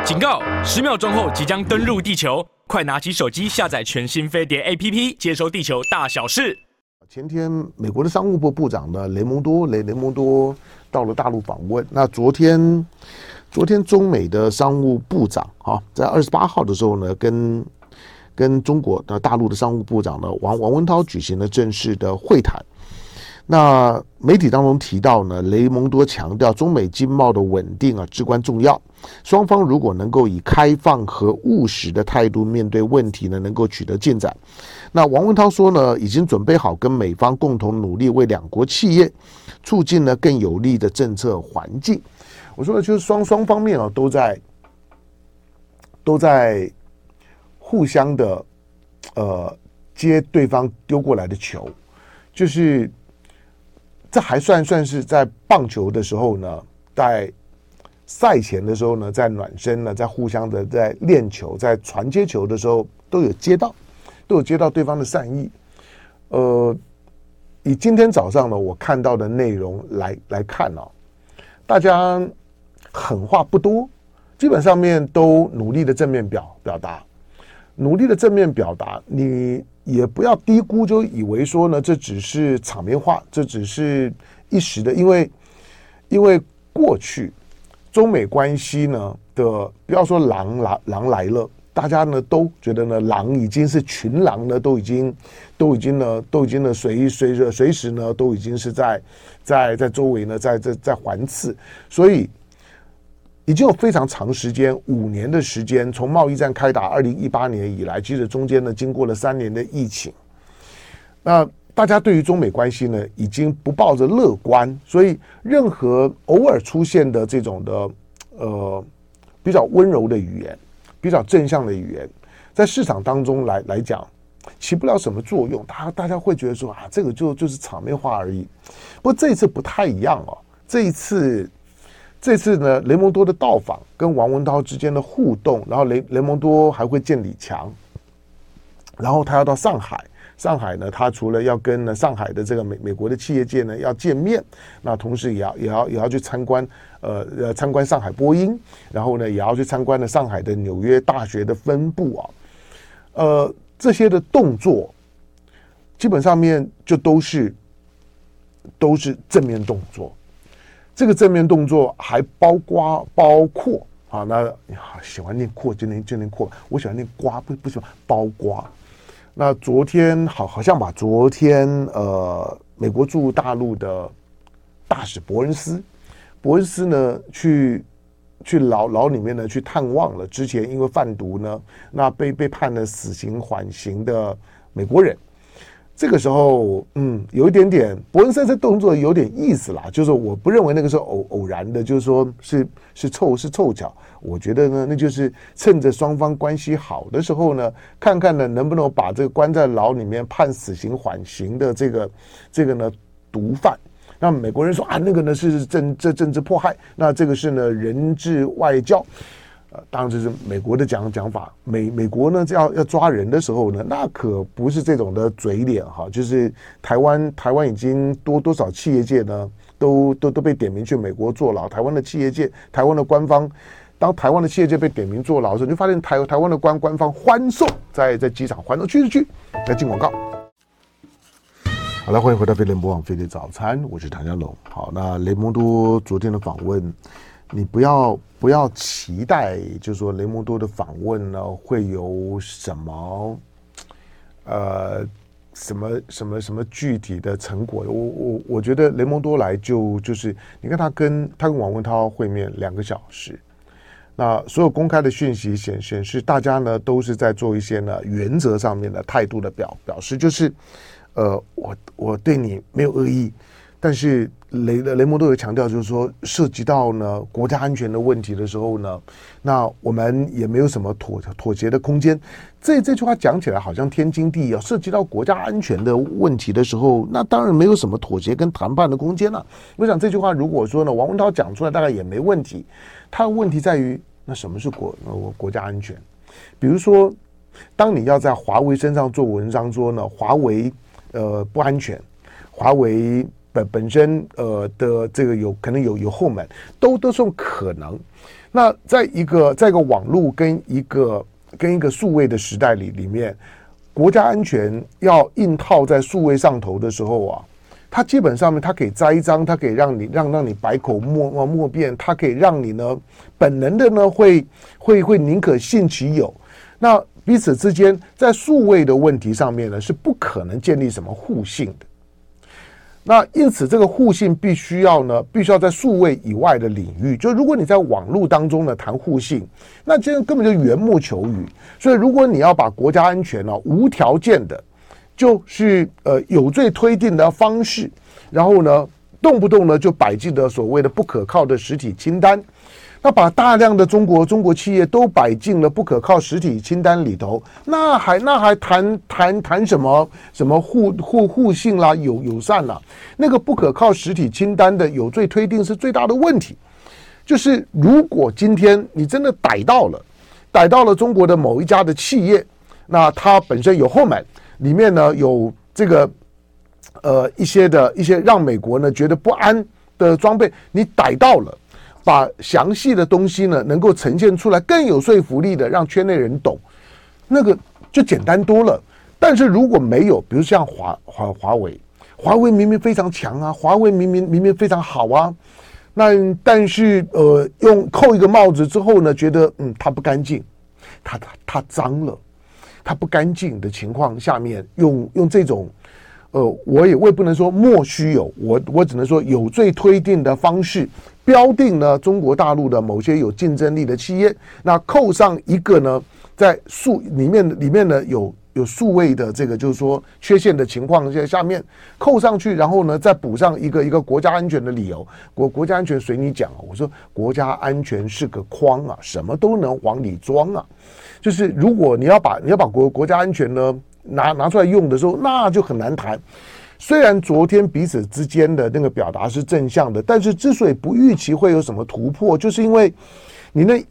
警告！10秒钟后即将登陆地球，快拿起手机下载全新飞碟 APP， 接收地球大小事。 前天，美国的商务部部长呢雷蒙多到了大陆访问。那昨天中美的商务部长在28号的时候呢，跟中国的大陆的商务部长呢王文涛举行了正式的会谈。那媒体当中提到呢，雷蒙多强调中美经贸的稳定至关重要。双方如果能够以开放和务实的态度面对问题呢，能够取得进展。那王文涛说呢，已经准备好跟美方共同努力，为两国企业促进呢更有利的政策环境。我说的就是双方面都在互相的接对方丢过来的球，就是这还算是在棒球的时候呢，在赛前的时候呢，在暖身呢，在互相的在练球，在传接球的时候都有接到对方的善意。以今天早上呢我看到的内容来看大家狠话不多，基本上面都努力的正面表达，努力的正面表达，你也不要低估，就以为说呢这只是场面话，这只是一时的，因为过去中美关系呢的，不要说狼来了，大家呢都觉得呢狼已经是群狼呢，都已经呢随时呢都已经是在周围呢在环伺，所以已经有非常长时间，5年的时间，从贸易战开打2018年以来，其实中间呢经过了3年的疫情，那大家对于中美关系呢已经不抱着乐观，所以任何偶尔出现的这种的比较温柔的语言，比较正向的语言，在市场当中来讲起不了什么作用，大家会觉得说这个就是场面话而已。不过这一次不太一样这一次呢，雷蒙多的到访跟王文涛之间的互动，然后雷蒙多还会见李强，然后他要到上海呢，他除了要跟呢上海的这个美国的企业界呢要见面，那同时也要去参观上海波音，然后呢也要去参观呢上海的纽约大学的分部这些的动作基本上面就都是正面动作。这个正面动作还包括那喜欢念括就念括，我喜欢念瓜，不喜欢包瓜。那昨天好像把昨天美国驻大陆的大使伯恩斯呢去牢里面呢去探望了之前因为贩毒呢那被判了死刑缓刑的美国人。这个时候有一点点伯恩斯这动作有点意思啦，就是我不认为那个是偶然的，就是说是凑巧，我觉得呢那就是趁着双方关系好的时候呢，看看呢能不能把这个关在牢里面判死刑缓刑的这个呢毒贩，那美国人说那个呢是政治迫害，那这个是呢人质外交。当然这是美国的讲法，美国呢要抓人的时候呢，那可不是这种的嘴脸就是台湾已经多少企业界呢都被点名去美国坐牢，台湾的企业界，台湾的官方，当台湾的企业界被点名坐牢的时候，你就发现台湾的官方欢送，在机场欢送去来进广告。好了，欢迎回到飞碟播网飞碟早餐，我是唐家龙。好，那雷蒙多昨天的访问，你不要期待，就是说雷蒙多的访问呢会有什么什么具体的成果。我觉得雷蒙多来就是你看他跟王文涛会面2个小时，那所有公开的讯息显示大家呢都是在做一些呢原则上面的态度的表示，就是我对你没有恶意，但是雷蒙多有强调，就是说涉及到呢国家安全的问题的时候呢，那我们也没有什么妥协的空间。这句话讲起来好像天经地义涉及到国家安全的问题的时候，那当然没有什么妥协跟谈判的空间了。我想这句话如果说呢王文涛讲出来，大概也没问题。他的问题在于，那什么是国家安全？比如说，当你要在华为身上做文章说呢，华为不安全，华为本身的这个可能有后门，都是用可能。 那在一个网络跟一个数位的时代里面，国家安全要硬套在数位上头的时候啊，它基本上面它可以栽赃，它可以让你百口莫辩，它可以让你呢本能的呢会宁可信其有。那彼此之间在数位的问题上面呢是不可能建立什么互信的。那因此这个互信必须要在数位以外的领域，就如果你在网络当中呢谈互信，那这根本就缘木求鱼。所以如果你要把国家安全无条件的就是有罪推定的方式，然后呢动不动呢就摆进了所谓的不可靠的实体清单，那把大量的中国企业都摆进了不可靠实体清单里头，那还谈什么互信啦、友善啦？那个不可靠实体清单的有罪推定是最大的问题。就是如果今天你真的逮到了中国的某一家的企业，那它本身有后门，里面呢有这个一些让美国呢觉得不安的装备，你逮到了。把详细的东西呢能够呈现出来，更有说服力的让圈内人懂，那个就简单多了。但是如果没有，比如像华为明明非常强啊，华为明明非常好啊，那但是用扣一个帽子之后呢，觉得它不干净，它脏了，它不干净的情况下面，用这种我也不能说莫须有，我只能说有罪推定的方式标定呢中国大陆的某些有竞争力的企业，那扣上一个呢在里面呢有数位的这个就是说缺陷的情况下面扣上去，然后呢再补上一个国家安全的理由。国家安全随你讲啊，我说国家安全是个筐啊，什么都能往里装啊。就是如果你要把国家安全呢拿出来用的时候，那就很难谈。虽然昨天彼此之间的那个表达是正向的，但是之所以不预期会有什么突破，就是因为你那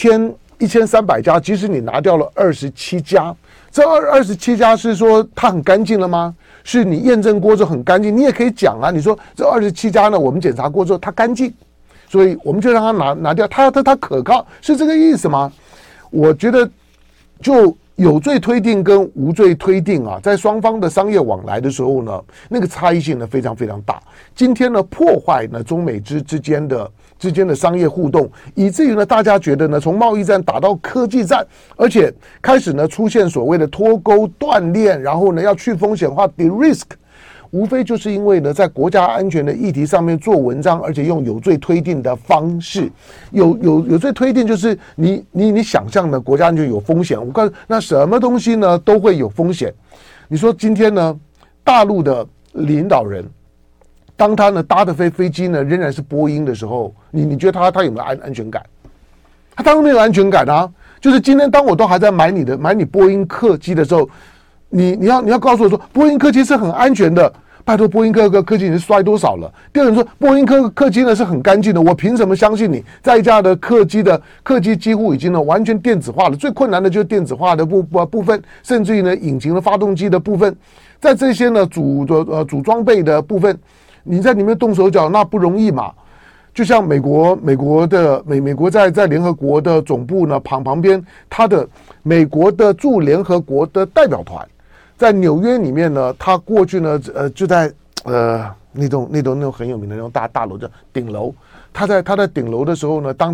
1300家，即使你拿掉了27家，这27家是说它很干净了吗？是你验证过之后很干净，你也可以讲啊，你说这27家呢，我们检查过之后它干净，所以我们就让它拿掉，它可靠，是这个意思吗？我觉得就有罪推定跟无罪推定啊，在双方的商业往来的时候呢，那个差异性呢非常非常大。今天呢破坏呢中美之间的商业互动，以至于呢大家觉得呢从贸易战打到科技战，而且开始呢出现所谓的脱钩断链，然后呢要去风险化 de-risk。无非就是因为呢，在国家安全的议题上面做文章，而且用有罪推定的方式，有罪推定就是你想象的国家安全有风险，我告诉那什么东西呢都会有风险。你说今天呢，大陆的领导人，当他呢搭的飞机呢仍然是波音的时候，你觉得他有没有安全感？他当然没有安全感啊！就是今天当我都还在买你波音客机的时候。你要告诉我说波音客机是很安全的，拜托波音客机你是摔多少了？第二人说波音客机呢是很干净的，我凭什么相信你？在一架的客机几乎已经呢完全电子化了，最困难的就是电子化的部分，甚至于呢引擎的发动机的部分，在这些呢主装备的部分，你在里面动手脚那不容易嘛。就像美国在联合国的总部呢旁边，它的美国的驻联合国的代表团。在纽约里面呢，他过去呢，就在那种很有名的那种大楼叫顶楼。他在顶楼的时候呢，当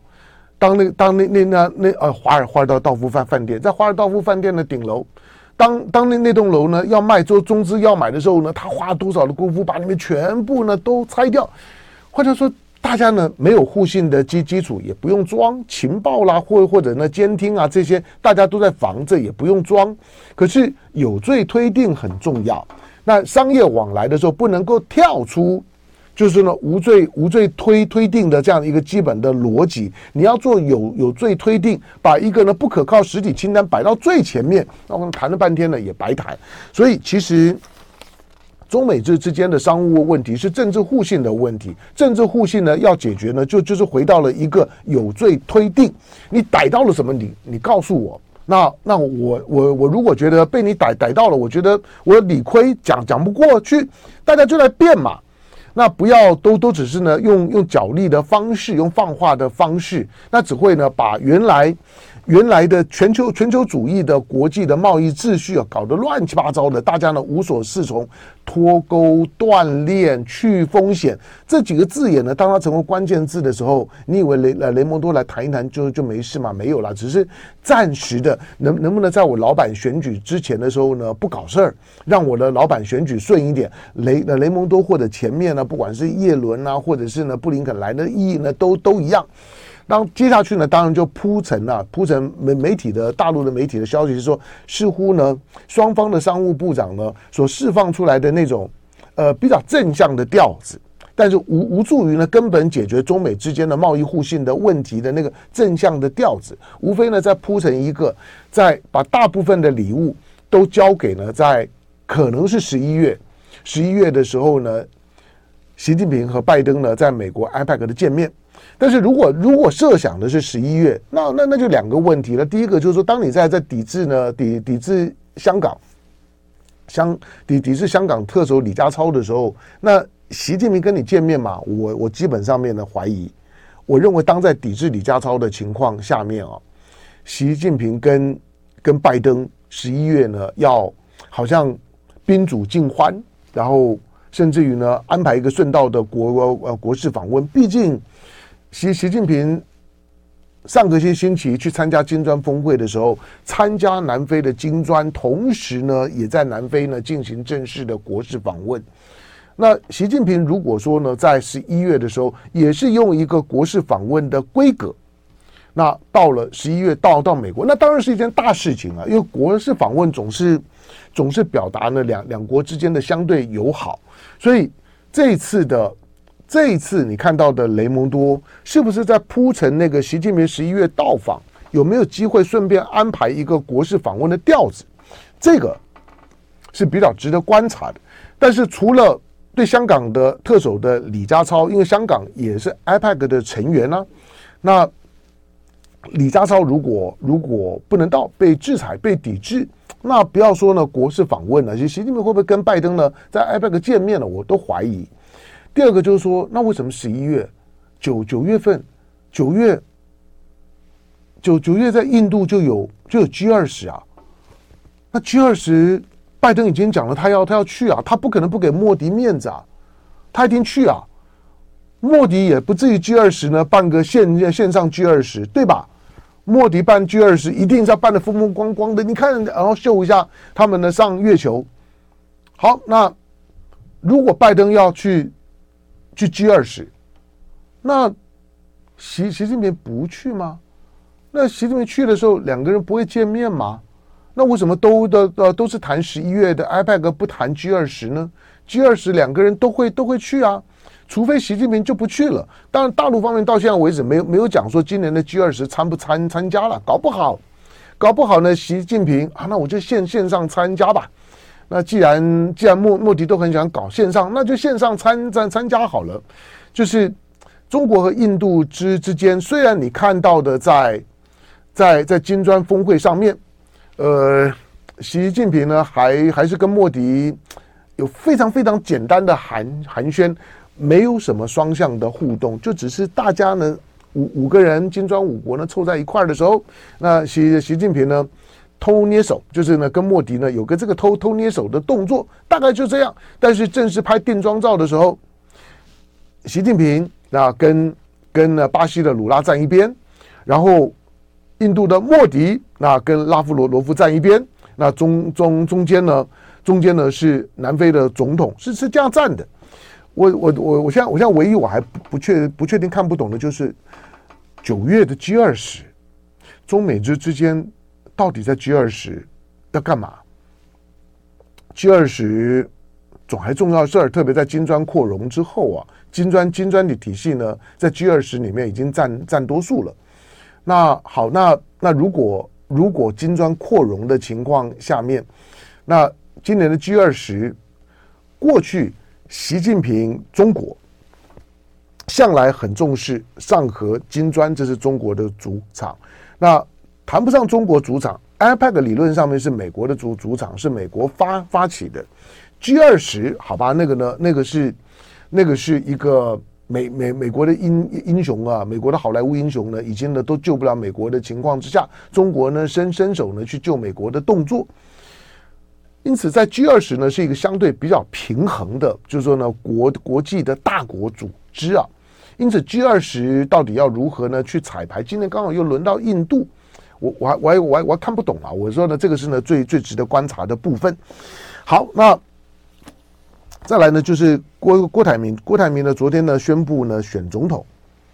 华尔道夫饭店，在华尔道夫饭店的顶楼，当那栋楼呢要卖做中资要买的时候呢，他花多少的功夫把里面全部呢都拆掉，或者说。大家呢没有互信的基础，也不用装情报啦，或者呢监听啊这些，大家都在防着，也不用装。可是有罪推定很重要，那商业往来的时候不能够跳出，就是呢无罪推定的这样一个基本的逻辑。你要做有罪推定，把一个呢不可靠实体清单摆到最前面，那我们谈了半天呢也白谈。所以其实。中美之间的商务问题是政治互信的问题，政治互信呢要解决呢，就是回到了一个有罪推定。你逮到了什么？你告诉我。那我如果觉得被你逮到了，我觉得我理亏讲不过去，大家就来辩嘛。 那不要都只是呢用角力的方式，用放话的方式，那只会呢把原来的全球主义的国际的贸易秩序搞得乱七八糟的，大家呢无所适从，脱钩、锻炼、去风险这几个字眼呢，当它成为关键字的时候，你以为雷蒙多来谈一谈就没事吗？没有啦，只是暂时的能不能在我老板选举之前的时候呢不搞事儿，让我的老板选举顺一点。雷蒙多或者前面呢，不管是叶伦啊，或者是呢布林肯来的意义呢，都一样。接下去呢，当然就铺陈媒体的大陆的媒体的消息是说，似乎呢双方的商务部长呢所释放出来的那种比较正向的调子，但是无助于呢根本解决中美之间的贸易互信的问题的那个正向的调子，无非呢在铺陈一个，在把大部分的礼物都交给呢在可能是11月的时候呢，习近平和拜登呢在美国 APEC 的见面。但是如果设想的是11月，那就两个问题了。第一个就是说，当你在抵制香港抵制香港特首李家超的时候，那习近平跟你见面嘛，我基本上面的怀疑，我认为当在抵制李家超的情况下面啊，习近平跟拜登11月呢要好像宾主尽欢，然后甚至于呢安排一个顺道的国事访问，毕竟。习近平上个星期去参加金砖峰会的时候，参加南非的金砖，同时呢也在南非呢进行正式的国事访问。那习近平如果说呢在11月的时候也是用一个国事访问的规格，那到了11月到美国，那当然是一件大事情啊，因为国事访问总是表达呢两国之间的相对友好，所以这一次你看到的雷蒙多是不是在铺陈那个习近平11月到访，有没有机会顺便安排一个国事访问的调子，这个是比较值得观察的。但是除了对香港的特首的李家超，因为香港也是 APEC 的成员啊，那李家超如果不能到，被制裁被抵制，那不要说呢国事访问了，习近平会不会跟拜登呢在 APEC 见面了，我都怀疑。第二个就是说，那为什么11月9月份9月在印度就有 G20 啊？那 G20 拜登已经讲了他要去啊，他不可能不给莫迪面子啊，他一定去啊。莫迪也不至于 G20 呢办个线上 G20 对吧？莫迪办 G20 一定是要办得风风光光的，你看然后秀一下他们呢上月球。好，那如果拜登要去 G20， 那习近平不去吗？那习近平去的时候，两个人不会见面吗？那为什么都是谈11月的 APEC 不谈 G20 呢？ G20 两个人都会去啊，除非习近平就不去了。当然，大陆方面到现在为止没有讲说今年的 G20 参不参加了，搞不好呢，习近平啊，那我就线上参加吧。那既然莫迪都很想搞线上，那就线上参加好了。就是中国和印度之间，虽然你看到的在金砖峰会上面，习近平呢还是跟莫迪有非常非常简单的寒暄，没有什么双向的互动，就只是大家呢五个人金砖5国呢凑在一块的时候，那习近平呢偷捏手，就是呢跟莫迪呢有个这个偷捏手的动作，大概就这样。但是正式拍定妆照的时候，习近平那跟巴西的鲁拉站一边，然后印度的莫迪那跟拉夫罗夫站一边，那中间呢是南非的总统，是这样站的。我现在唯一我还不确定看不懂的就是9月的 G20， 中美之间到底在 G20 要干嘛？ G20 总还重要事儿，特别在金砖扩容之后啊，金砖的体系呢，在 G20 里面已经占多数了。那好，那如果金砖扩容的情况下面，那今年的 G20 过去，习近平中国向来很重视上合金砖，这是中国的主场。那谈不上中国主场 ，APEC 理论上面是美国的主场，是美国发起的。G20 好吧，那个呢，那个是那个是一个美国的英雄啊，美国的好莱坞英雄呢，已经呢都救不了美国的情况之下，中国呢伸手呢去救美国的动作。因此，在 G20 呢是一个相对比较平衡的，就是说呢国际的大国组织啊。因此 G20 到底要如何呢去彩排？今年刚好又轮到印度，我还看不懂啊。我说呢，这个是呢最值得观察的部分。好，那再来呢就是郭台铭呢昨天呢宣布呢选总统。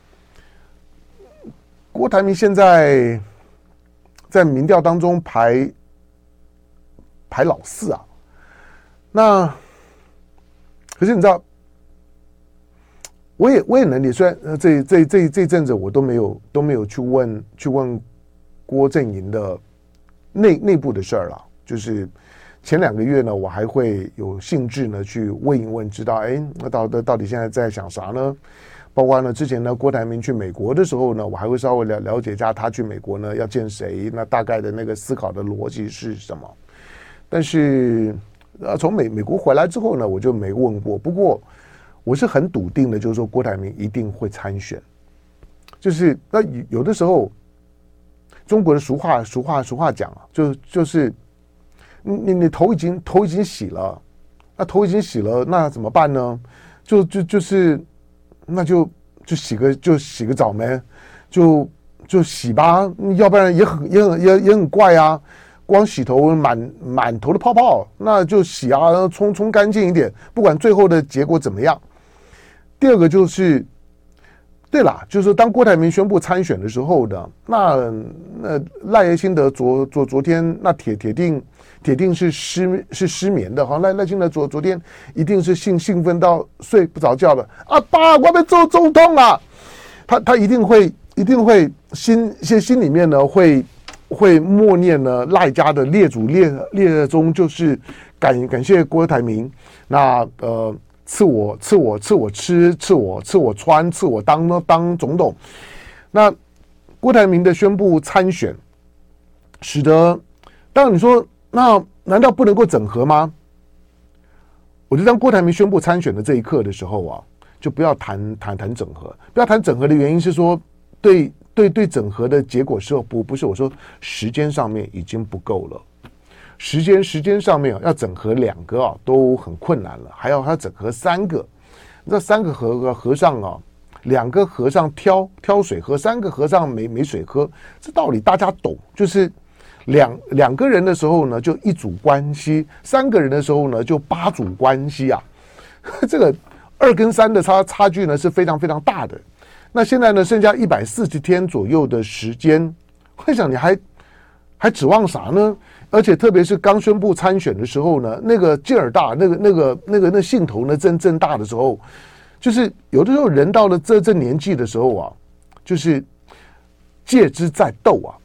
郭台铭现在在民调当中排老4啊。那可是你知道，我也能理解，虽然这阵子我都没有去问郭阵营的内部的事儿了，就是前2个月呢，我还会有兴致呢去问一问，知道那到底现在在想啥呢？包括呢之前呢郭台铭去美国的时候呢，我还会稍微了解一下他去美国呢要见谁，那大概的那个思考的逻辑是什么。但是从美国回来之后呢，我就没问过。不过我是很笃定的，就是说郭台铭一定会参选。就是那有的时候，中国的俗话讲啊，就是你头已经洗了，那头已经洗了，那怎么办呢？就是那就洗个澡呗，就洗吧，要不然也很怪啊。光洗头满头的泡泡，那就洗啊，然后冲干净一点，不管最后的结果怎么样。第二个就是，对啦，就是说当郭台铭宣布参选的时候呢，那赖耶清德昨天那铁定是失眠的，好像赖清德昨天一定是兴奋到睡不着觉的啊！爸，我要做总统啊！他一定会心里面呢会默念呢赖家的列祖列宗，就是感谢郭台铭，那赐我吃，赐我穿，赐我当总统。那郭台铭的宣布参选，使得当然你说那难道不能够整合吗？我觉得当郭台铭宣布参选的这一刻的时候啊，就不要谈整合，不要谈整合的原因是说对整合的结果是不是我说时间上面已经不够了，时间上面要整合2个啊都很困难了，还要整合3个，这3个和尚啊，2个和尚挑水喝，3个和尚没水喝，这道理大家懂，就是两个人的时候呢就1组关系，3个人的时候呢就8组关系啊，这个2跟3的差距呢是非常非常大的。那现在呢，剩下140天左右的时间，我想你还指望啥呢？而且特别是刚宣布参选的时候呢，那个劲儿大，那兴头呢正大的时候，就是有的时候人到了这年纪的时候啊，就是戒之在斗啊。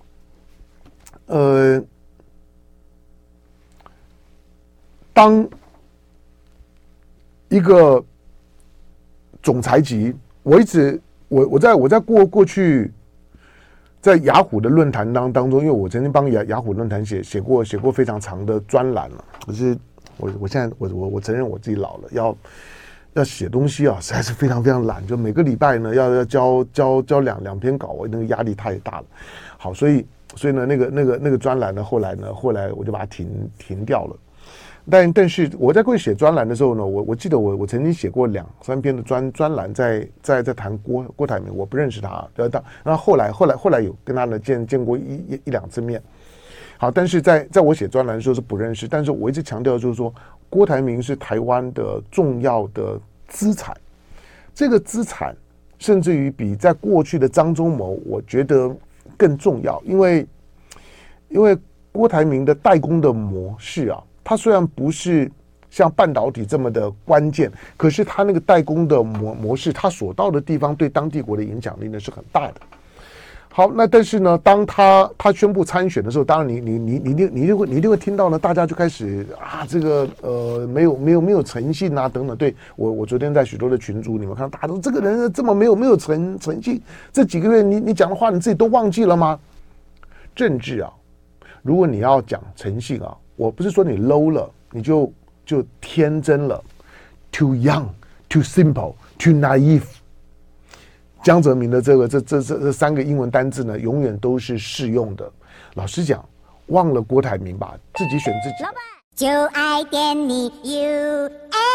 当一个总裁级，我在过去在雅虎的论坛当中，因为我曾经帮雅虎论坛写过非常长的专栏了。可是我现在我承认我自己老了，要写东西啊，实在是非常非常懒。就每个礼拜呢要交两篇稿，那个压力太大了。好，所以呢那个专栏呢，后来我就把它停掉了。但是我在过去写专栏的时候呢，我记得我曾经写过2-3篇的专栏在谈郭台铭，我不认识他，然后后来有跟他呢见过一2次面。好，但是在我写专栏的时候是不认识，但是我一直强调就是说，郭台铭是台湾的重要的资产，这个资产甚至于比在过去的张忠谋我觉得更重要，因为郭台铭的代工的模式啊，它虽然不是像半导体这么的关键，可是它那个代工的模式，它所到的地方对当地国的影响力呢是很大的。好，那但是呢，当他宣布参选的时候，当然你一定会听到呢，大家就开始啊，这个没有诚信啊等等。对，我昨天在许多的群组，你们看到大家都这个人这么没有诚信，这几个月你讲的话你自己都忘记了吗？政治啊，如果你要讲诚信啊，我不是说你 low 了，你就天真了 ，too young too simple, too naive。江泽民的这三个英文单字呢，永远都是适用的。老实讲，忘了郭台铭吧，自己选自己的。 就爱点你 UFO。